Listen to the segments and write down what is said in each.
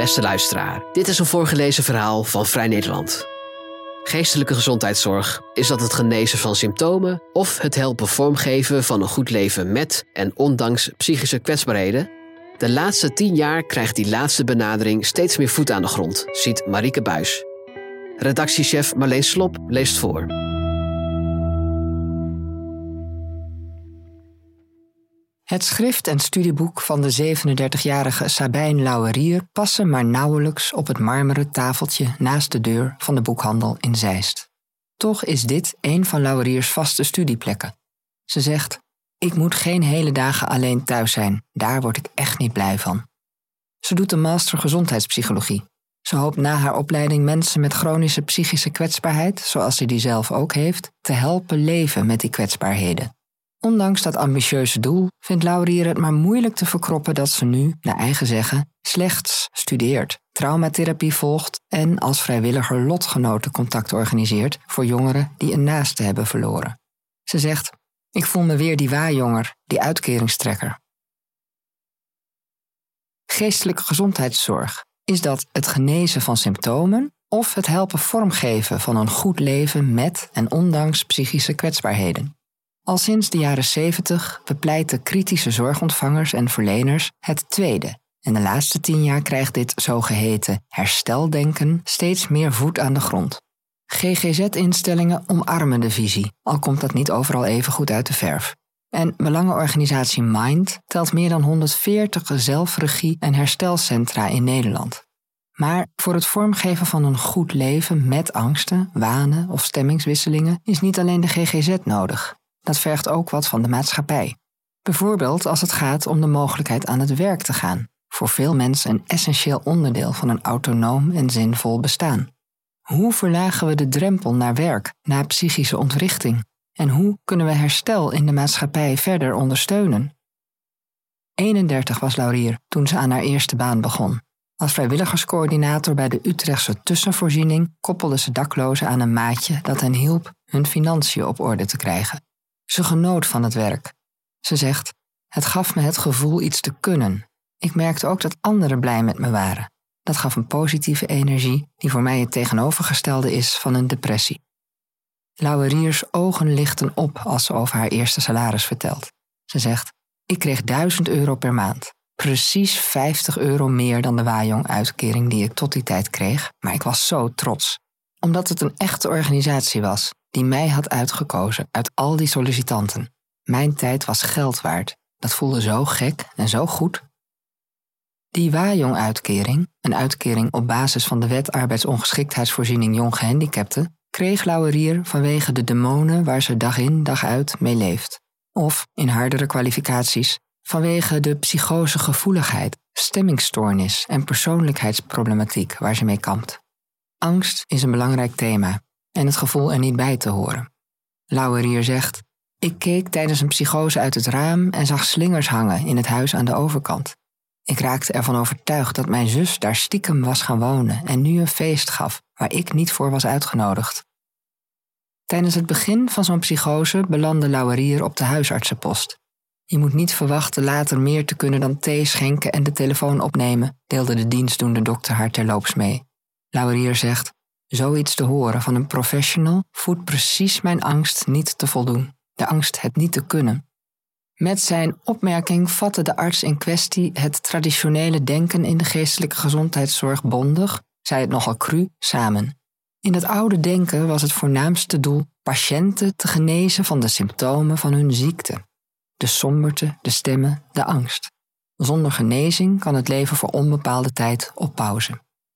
Beste luisteraar, dit is een voorgelezen verhaal van Vrij Nederland. Geestelijke gezondheidszorg, is dat het genezen van symptomen of het helpen vormgeven van een goed leven met en ondanks psychische kwetsbaarheden? De laatste 10 jaar krijgt die laatste benadering steeds meer voet aan de grond, ziet Marieke Buijs. Redactiechef Marleen Slop leest voor. Het schrift en studieboek van de 37-jarige Sabijn Lauwerier passen maar nauwelijks op het marmeren tafeltje naast de deur van de boekhandel in Zeist. Toch is dit een van Lauweriers vaste studieplekken. Ze zegt, ik moet geen hele dagen alleen thuis zijn, daar word ik echt niet blij van. Ze doet de master gezondheidspsychologie. Ze hoopt na haar opleiding mensen met chronische psychische kwetsbaarheid, zoals ze die zelf ook heeft, te helpen leven met die kwetsbaarheden. Ondanks dat ambitieuze doel vindt Lauwerier het maar moeilijk te verkroppen dat ze nu, naar eigen zeggen, slechts studeert, traumatherapie volgt en als vrijwilliger lotgenotencontact organiseert voor jongeren die een naaste hebben verloren. Ze zegt, ik voel me weer die waarjonger, die uitkeringstrekker. Geestelijke gezondheidszorg, is dat het genezen van symptomen of het helpen vormgeven van een goed leven met en ondanks psychische kwetsbaarheden? Al sinds de jaren 70 bepleiten kritische zorgontvangers en verleners het tweede. En de laatste 10 jaar krijgt dit zogeheten hersteldenken steeds meer voet aan de grond. GGZ-instellingen omarmen de visie, al komt dat niet overal even goed uit de verf. En belangenorganisatie Mind telt meer dan 140 zelfregie- en herstelcentra in Nederland. Maar voor het vormgeven van een goed leven met angsten, wanen of stemmingswisselingen is niet alleen de GGZ nodig. Dat vergt ook wat van de maatschappij. Bijvoorbeeld als het gaat om de mogelijkheid aan het werk te gaan. Voor veel mensen een essentieel onderdeel van een autonoom en zinvol bestaan. Hoe verlagen we de drempel naar werk, naar psychische ontwrichting? En hoe kunnen we herstel in de maatschappij verder ondersteunen? 31 was Lauwerier toen ze aan haar eerste baan begon. Als vrijwilligerscoördinator bij de Utrechtse tussenvoorziening koppelde ze daklozen aan een maatje dat hen hielp hun financiën op orde te krijgen. Ze genoot van het werk. Ze zegt, het gaf me het gevoel iets te kunnen. Ik merkte ook dat anderen blij met me waren. Dat gaf een positieve energie die voor mij het tegenovergestelde is van een depressie. Lauweriers ogen lichten op als ze over haar eerste salaris vertelt. Ze zegt, ik kreeg €1000 per maand. Precies €50 meer dan de Wajong-uitkering die ik tot die tijd kreeg, maar ik was zo trots. Omdat het een echte organisatie was die mij had uitgekozen uit al die sollicitanten. Mijn tijd was geld waard. Dat voelde zo gek en zo goed. Die Wajong-uitkering, een uitkering op basis van de wet arbeidsongeschiktheidsvoorziening jong gehandicapten, kreeg Lauwerier vanwege de demonen waar ze dag in dag uit mee leeft. Of, in hardere kwalificaties, vanwege de psychosegevoeligheid, stemmingstoornis en persoonlijkheidsproblematiek waar ze mee kampt. Angst is een belangrijk thema en het gevoel er niet bij te horen. Lauwerier zegt, ik keek tijdens een psychose uit het raam en zag slingers hangen in het huis aan de overkant. Ik raakte ervan overtuigd dat mijn zus daar stiekem was gaan wonen en nu een feest gaf waar ik niet voor was uitgenodigd. Tijdens het begin van zo'n psychose belandde Lauwerier op de huisartsenpost. Je moet niet verwachten later meer te kunnen dan thee schenken en de telefoon opnemen, deelde de dienstdoende dokter haar terloops mee. Lauwerier zegt, zoiets te horen van een professional voedt precies mijn angst niet te voldoen. De angst het niet te kunnen. Met zijn opmerking vatte de arts in kwestie het traditionele denken in de geestelijke gezondheidszorg bondig, zei het nogal cru, samen. In dat oude denken was het voornaamste doel patiënten te genezen van de symptomen van hun ziekte. De somberte, de stemmen, de angst. Zonder genezing kan het leven voor onbepaalde tijd op pauze.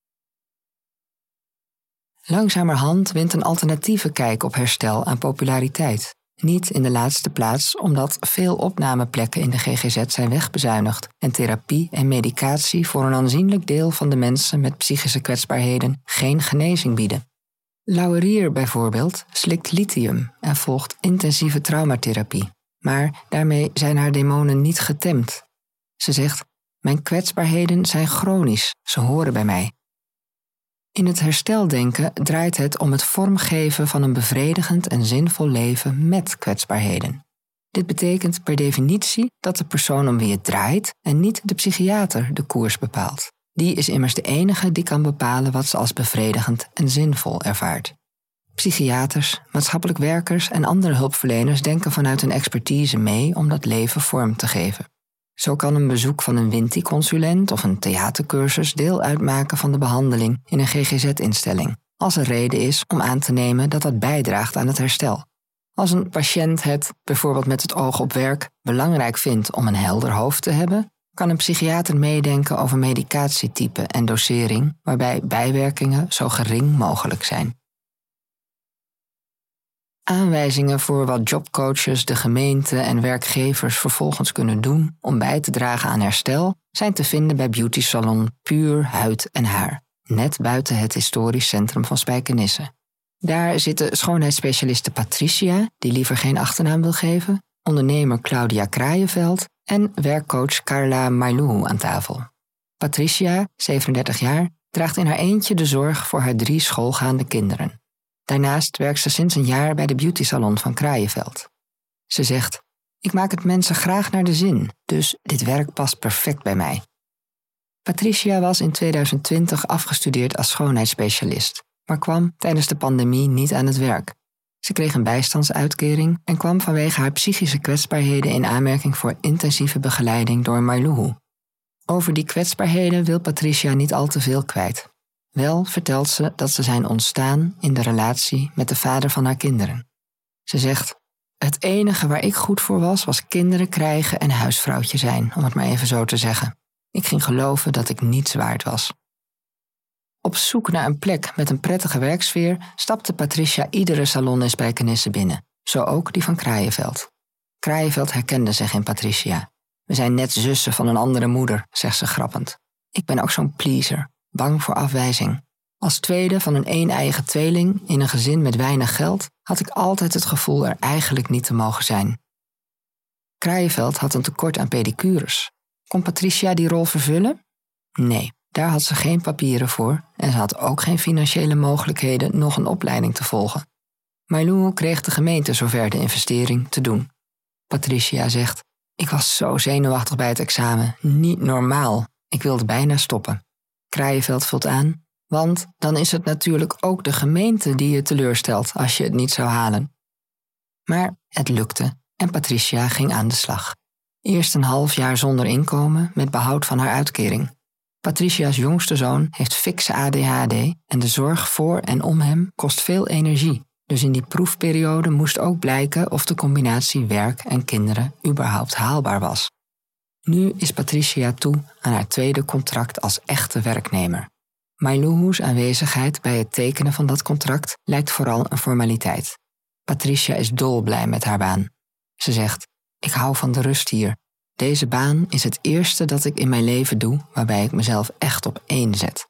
Langzamerhand wint een alternatieve kijk op herstel aan populariteit. Niet in de laatste plaats omdat veel opnameplekken in de GGZ zijn wegbezuinigd en therapie en medicatie voor een aanzienlijk deel van de mensen met psychische kwetsbaarheden geen genezing bieden. Lauwerier bijvoorbeeld slikt lithium en volgt intensieve traumatherapie. Maar daarmee zijn haar demonen niet getemd. Ze zegt, mijn kwetsbaarheden zijn chronisch, ze horen bij mij. In het hersteldenken draait het om het vormgeven van een bevredigend en zinvol leven met kwetsbaarheden. Dit betekent per definitie dat de persoon om wie het draait en niet de psychiater de koers bepaalt. Die is immers de enige die kan bepalen wat ze als bevredigend en zinvol ervaart. Psychiaters, maatschappelijk werkers en andere hulpverleners denken vanuit hun expertise mee om dat leven vorm te geven. Zo kan een bezoek van een Winti-consulent of een theatercursus deel uitmaken van de behandeling in een GGZ-instelling, als er reden is om aan te nemen dat dat bijdraagt aan het herstel. Als een patiënt het, bijvoorbeeld met het oog op werk, belangrijk vindt om een helder hoofd te hebben, kan een psychiater meedenken over medicatietype en dosering, waarbij bijwerkingen zo gering mogelijk zijn. Aanwijzingen voor wat jobcoaches, de gemeente en werkgevers vervolgens kunnen doen om bij te dragen aan herstel zijn te vinden bij beautysalon Puur Huid en Haar, net buiten het historisch centrum van Spijkenisse. Daar zitten schoonheidsspecialiste Patricia, die liever geen achternaam wil geven, ondernemer Claudia Kraaienveld en werkcoach Carla Mailuhu aan tafel. Patricia, 37 jaar, draagt in haar eentje de zorg voor haar 3 schoolgaande kinderen. Daarnaast werkt ze sinds een jaar bij de beautysalon van Kraaienveld. Ze zegt, ik maak het mensen graag naar de zin, dus dit werk past perfect bij mij. Patricia was in 2020 afgestudeerd als schoonheidsspecialist, maar kwam tijdens de pandemie niet aan het werk. Ze kreeg een bijstandsuitkering en kwam vanwege haar psychische kwetsbaarheden in aanmerking voor intensieve begeleiding door Mailuhu. Over die kwetsbaarheden wil Patricia niet al te veel kwijt. Wel vertelt ze dat ze zijn ontstaan in de relatie met de vader van haar kinderen. Ze zegt, het enige waar ik goed voor was kinderen krijgen en huisvrouwtje zijn, om het maar even zo te zeggen. Ik ging geloven dat ik niets waard was. Op zoek naar een plek met een prettige werksfeer stapte Patricia iedere salon in Spijkenisse binnen, zo ook die van Kraaienveld. Kraaienveld herkende zich in Patricia. We zijn net zussen van een andere moeder, zegt ze grappend. Ik ben ook zo'n pleaser, bang voor afwijzing. Als tweede van een een-eigen tweeling in een gezin met weinig geld had ik altijd het gevoel er eigenlijk niet te mogen zijn. Kraaienveld had een tekort aan pedicures. Kon Patricia die rol vervullen? Nee, daar had ze geen papieren voor en ze had ook geen financiële mogelijkheden nog een opleiding te volgen. Mailuhu kreeg de gemeente zover de investering te doen. Patricia zegt, ik was zo zenuwachtig bij het examen, niet normaal. Ik wilde bijna stoppen. Kraaienveld vult aan, want dan is het natuurlijk ook de gemeente die je teleurstelt als je het niet zou halen. Maar het lukte en Patricia ging aan de slag. Eerst een half jaar zonder inkomen met behoud van haar uitkering. Patricia's jongste zoon heeft fikse ADHD en de zorg voor en om hem kost veel energie. Dus in die proefperiode moest ook blijken of de combinatie werk en kinderen überhaupt haalbaar was. Nu is Patricia toe aan haar tweede contract als echte werknemer. Mailuhu's aanwezigheid bij het tekenen van dat contract lijkt vooral een formaliteit. Patricia is dolblij met haar baan. Ze zegt, ik hou van de rust hier. Deze baan is het eerste dat ik in mijn leven doe waarbij ik mezelf echt op één zet.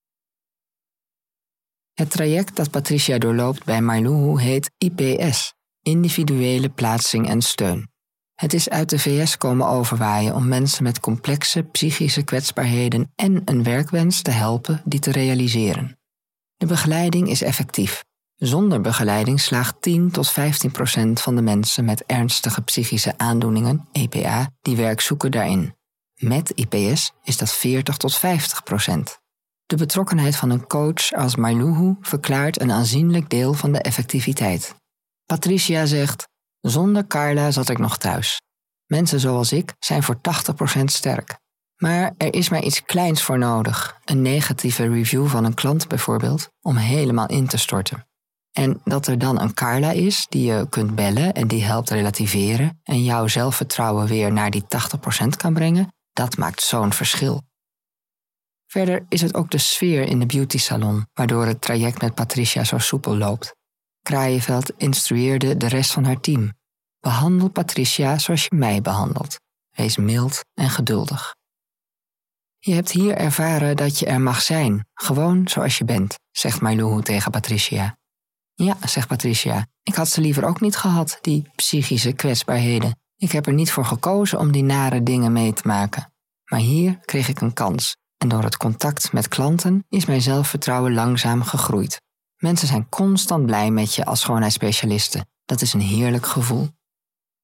Het traject dat Patricia doorloopt bij Mailuhu heet IPS, Individuele Plaatsing en Steun. Het is uit de VS komen overwaaien om mensen met complexe psychische kwetsbaarheden en een werkwens te helpen die te realiseren. De begeleiding is effectief. Zonder begeleiding slaagt 10 tot 15% van de mensen met ernstige psychische aandoeningen, EPA, die werk zoeken daarin. Met IPS is dat 40 tot 50%. De betrokkenheid van een coach als Mailuhu verklaart een aanzienlijk deel van de effectiviteit. Patricia zegt, zonder Carla zat ik nog thuis. Mensen zoals ik zijn voor 80% sterk. Maar er is maar iets kleins voor nodig, een negatieve review van een klant bijvoorbeeld, om helemaal in te storten. En dat er dan een Carla is die je kunt bellen en die helpt relativeren en jouw zelfvertrouwen weer naar die 80% kan brengen, dat maakt zo'n verschil. Verder is het ook de sfeer in de beautysalon, waardoor het traject met Patricia zo soepel loopt. Kraaienveld instrueerde de rest van haar team. Behandel Patricia zoals je mij behandelt. Wees mild en geduldig. Je hebt hier ervaren dat je er mag zijn, gewoon zoals je bent, zegt Mailuhu tegen Patricia. Ja, zegt Patricia, ik had ze liever ook niet gehad, die psychische kwetsbaarheden. Ik heb er niet voor gekozen om die nare dingen mee te maken. Maar hier kreeg ik een kans. En door het contact met klanten is mijn zelfvertrouwen langzaam gegroeid. Mensen zijn constant blij met je als schoonheidsspecialiste. Dat is een heerlijk gevoel.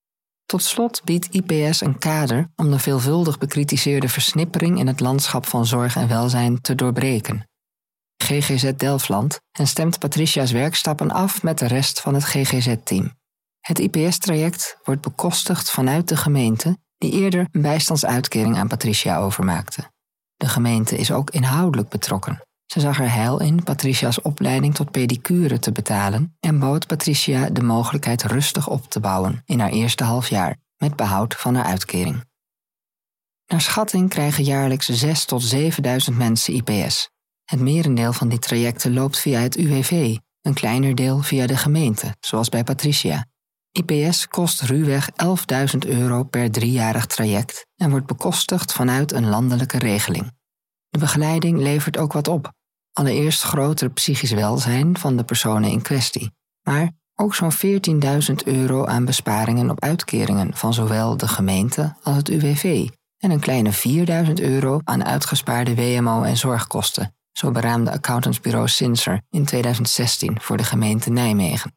Tot slot biedt IPS een kader om de veelvuldig bekritiseerde versnippering in het landschap van zorg en welzijn te doorbreken. GGZ Delfland en stemt Patricia's werkstappen af met de rest van het GGZ-team. Het IPS-traject wordt bekostigd vanuit de gemeente die eerder een bijstandsuitkering aan Patricia overmaakte. De gemeente is ook inhoudelijk betrokken. Ze zag er heil in Patricia's opleiding tot pedicure te betalen en bood Patricia de mogelijkheid rustig op te bouwen in haar eerste halfjaar, met behoud van haar uitkering. Naar schatting krijgen jaarlijks 6.000 tot 7.000 mensen IPS. Het merendeel van die trajecten loopt via het UWV, een kleiner deel via de gemeente, zoals bij Patricia. IPS kost ruwweg €11.000 per 3-jarig traject en wordt bekostigd vanuit een landelijke regeling. De begeleiding levert ook wat op. Allereerst groter psychisch welzijn van de personen in kwestie, maar ook zo'n €14.000 aan besparingen op uitkeringen van zowel de gemeente als het UWV en een kleine €4.000 aan uitgespaarde WMO- en zorgkosten, zo beraamde accountantsbureau Sinser in 2016 voor de gemeente Nijmegen.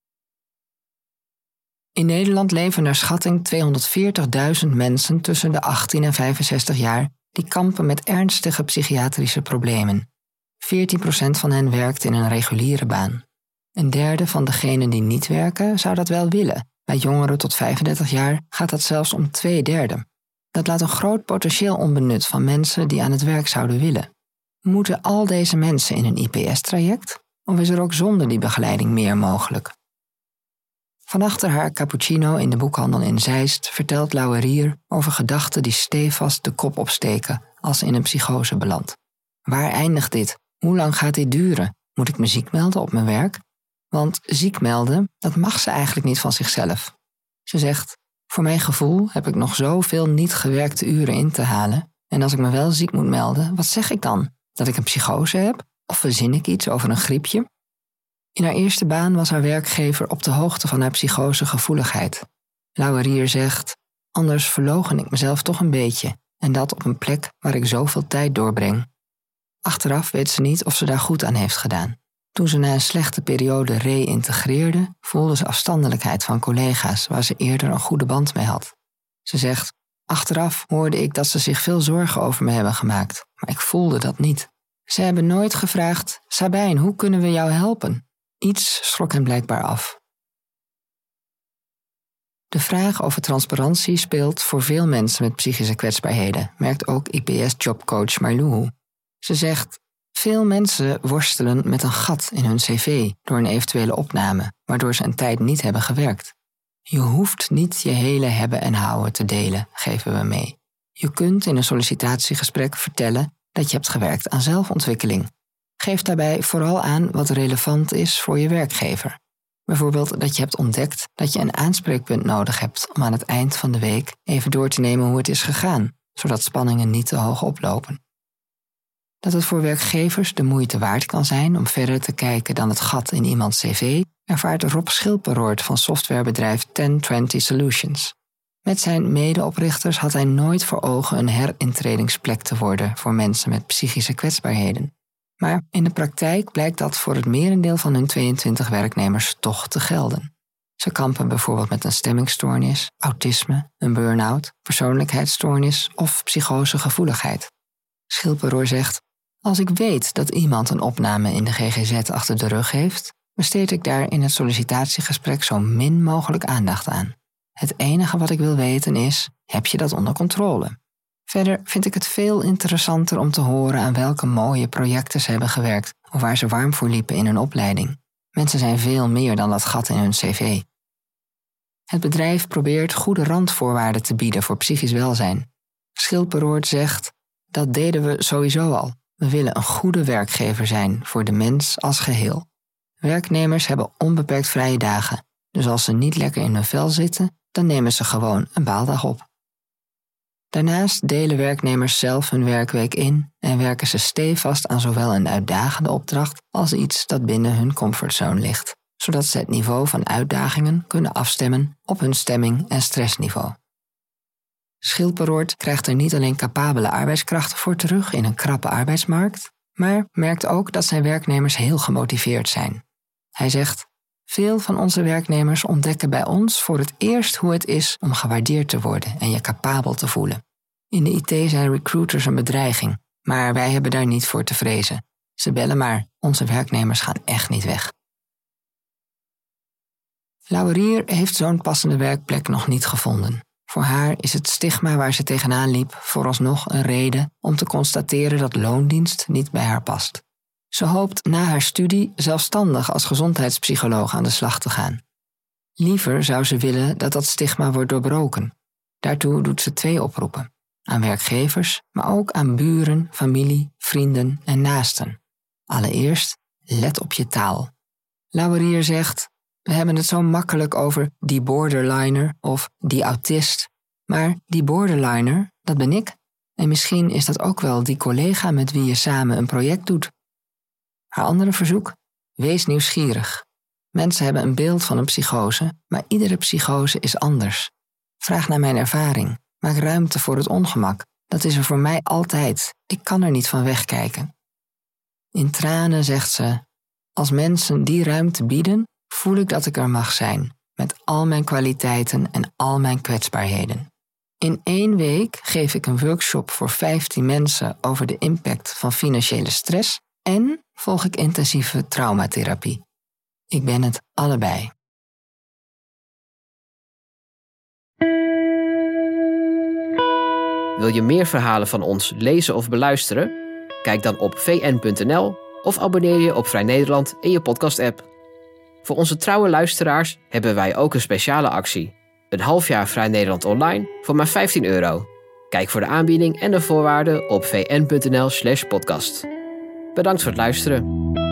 In Nederland leven naar schatting 240.000 mensen tussen de 18 en 65 jaar die kampen met ernstige psychiatrische problemen. 14% van hen werkt in een reguliere baan. Een derde van degenen die niet werken zou dat wel willen. Bij jongeren tot 35 jaar gaat dat zelfs om 2/3. Dat laat een groot potentieel onbenut van mensen die aan het werk zouden willen. Moeten al deze mensen in een IPS-traject? Of is er ook zonder die begeleiding meer mogelijk? Van achter haar cappuccino in de boekhandel in Zeist vertelt Lauwerier over gedachten die stevast de kop opsteken als ze in een psychose belandt. Waar eindigt dit? Hoe lang gaat dit duren? Moet ik me ziek melden op mijn werk? Want ziek melden, dat mag ze eigenlijk niet van zichzelf. Ze zegt, voor mijn gevoel heb ik nog zoveel niet gewerkte uren in te halen. En als ik me wel ziek moet melden, wat zeg ik dan? Dat ik een psychose heb? Of verzin ik iets over een griepje? In haar eerste baan was haar werkgever op de hoogte van haar psychosegevoeligheid. Lauwerier zegt, anders verloochen ik mezelf toch een beetje. En dat op een plek waar ik zoveel tijd doorbreng. Achteraf weet ze niet of ze daar goed aan heeft gedaan. Toen ze na een slechte periode reïntegreerde, voelde ze afstandelijkheid van collega's waar ze eerder een goede band mee had. Ze zegt, achteraf hoorde ik dat ze zich veel zorgen over me hebben gemaakt, maar ik voelde dat niet. Ze hebben nooit gevraagd, Sabijn, hoe kunnen we jou helpen? Iets schrok hem blijkbaar af. De vraag over transparantie speelt voor veel mensen met psychische kwetsbaarheden, merkt ook IPS-jobcoach Marloe. Ze zegt, veel mensen worstelen met een gat in hun cv door een eventuele opname, waardoor ze een tijd niet hebben gewerkt. Je hoeft niet je hele hebben en houden te delen, geven we mee. Je kunt in een sollicitatiegesprek vertellen dat je hebt gewerkt aan zelfontwikkeling. Geef daarbij vooral aan wat relevant is voor je werkgever. Bijvoorbeeld dat je hebt ontdekt dat je een aanspreekpunt nodig hebt om aan het eind van de week even door te nemen hoe het is gegaan, zodat spanningen niet te hoog oplopen. Dat het voor werkgevers de moeite waard kan zijn om verder te kijken dan het gat in iemands cv, ervaart Rob Schilperoort van softwarebedrijf 1020 Solutions. Met zijn medeoprichters had hij nooit voor ogen een herintredingsplek te worden voor mensen met psychische kwetsbaarheden. Maar in de praktijk blijkt dat voor het merendeel van hun 22 werknemers toch te gelden. Ze kampen bijvoorbeeld met een stemmingstoornis, autisme, een burn-out, persoonlijkheidsstoornis of psychosegevoeligheid. Schilperoor zegt, als ik weet dat iemand een opname in de GGZ achter de rug heeft, besteed ik daar in het sollicitatiegesprek zo min mogelijk aandacht aan. Het enige wat ik wil weten is, heb je dat onder controle? Verder vind ik het veel interessanter om te horen aan welke mooie projecten ze hebben gewerkt of waar ze warm voor liepen in hun opleiding. Mensen zijn veel meer dan dat gat in hun cv. Het bedrijf probeert goede randvoorwaarden te bieden voor psychisch welzijn. Schilperoort zegt, dat deden we sowieso al. We willen een goede werkgever zijn voor de mens als geheel. Werknemers hebben onbeperkt vrije dagen, dus als ze niet lekker in hun vel zitten, dan nemen ze gewoon een baaldag op. Daarnaast delen werknemers zelf hun werkweek in en werken ze stevast aan zowel een uitdagende opdracht als iets dat binnen hun comfortzone ligt, zodat ze het niveau van uitdagingen kunnen afstemmen op hun stemming- en stressniveau. Schilperoort krijgt er niet alleen capabele arbeidskrachten voor terug in een krappe arbeidsmarkt, maar merkt ook dat zijn werknemers heel gemotiveerd zijn. Hij zegt, Veel van onze werknemers ontdekken bij ons voor het eerst hoe het is om gewaardeerd te worden en je capabel te voelen. In de IT zijn recruiters een bedreiging, maar wij hebben daar niet voor te vrezen. Ze bellen maar, onze werknemers gaan echt niet weg. Laurier heeft zo'n passende werkplek nog niet gevonden. Voor haar is het stigma waar ze tegenaan liep vooralsnog een reden om te constateren dat loondienst niet bij haar past. Ze hoopt na haar studie zelfstandig als gezondheidspsycholoog aan de slag te gaan. Liever zou ze willen dat dat stigma wordt doorbroken. Daartoe doet ze 2 oproepen. Aan werkgevers, maar ook aan buren, familie, vrienden en naasten. Allereerst, let op je taal. Laurier zegt, we hebben het zo makkelijk over die borderliner of die autist. Maar die borderliner, dat ben ik. En misschien is dat ook wel die collega met wie je samen een project doet. Haar andere verzoek? Wees nieuwsgierig. Mensen hebben een beeld van een psychose, maar iedere psychose is anders. Vraag naar mijn ervaring. Maak ruimte voor het ongemak. Dat is er voor mij altijd. Ik kan er niet van wegkijken. In tranen zegt ze, als mensen die ruimte bieden, voel ik dat ik er mag zijn, met al mijn kwaliteiten en al mijn kwetsbaarheden. In 1 week geef ik een workshop voor 15 mensen over de impact van financiële stress en volg ik intensieve traumatherapie. Ik ben het allebei. Wil je meer verhalen van ons lezen of beluisteren? Kijk dan op vn.nl of abonneer je op Vrij Nederland in je podcast-app. Voor onze trouwe luisteraars hebben wij ook een speciale actie. Een half jaar Vrij Nederland online voor maar €15. Kijk voor de aanbieding en de voorwaarden op vn.nl/podcast. Bedankt voor het luisteren.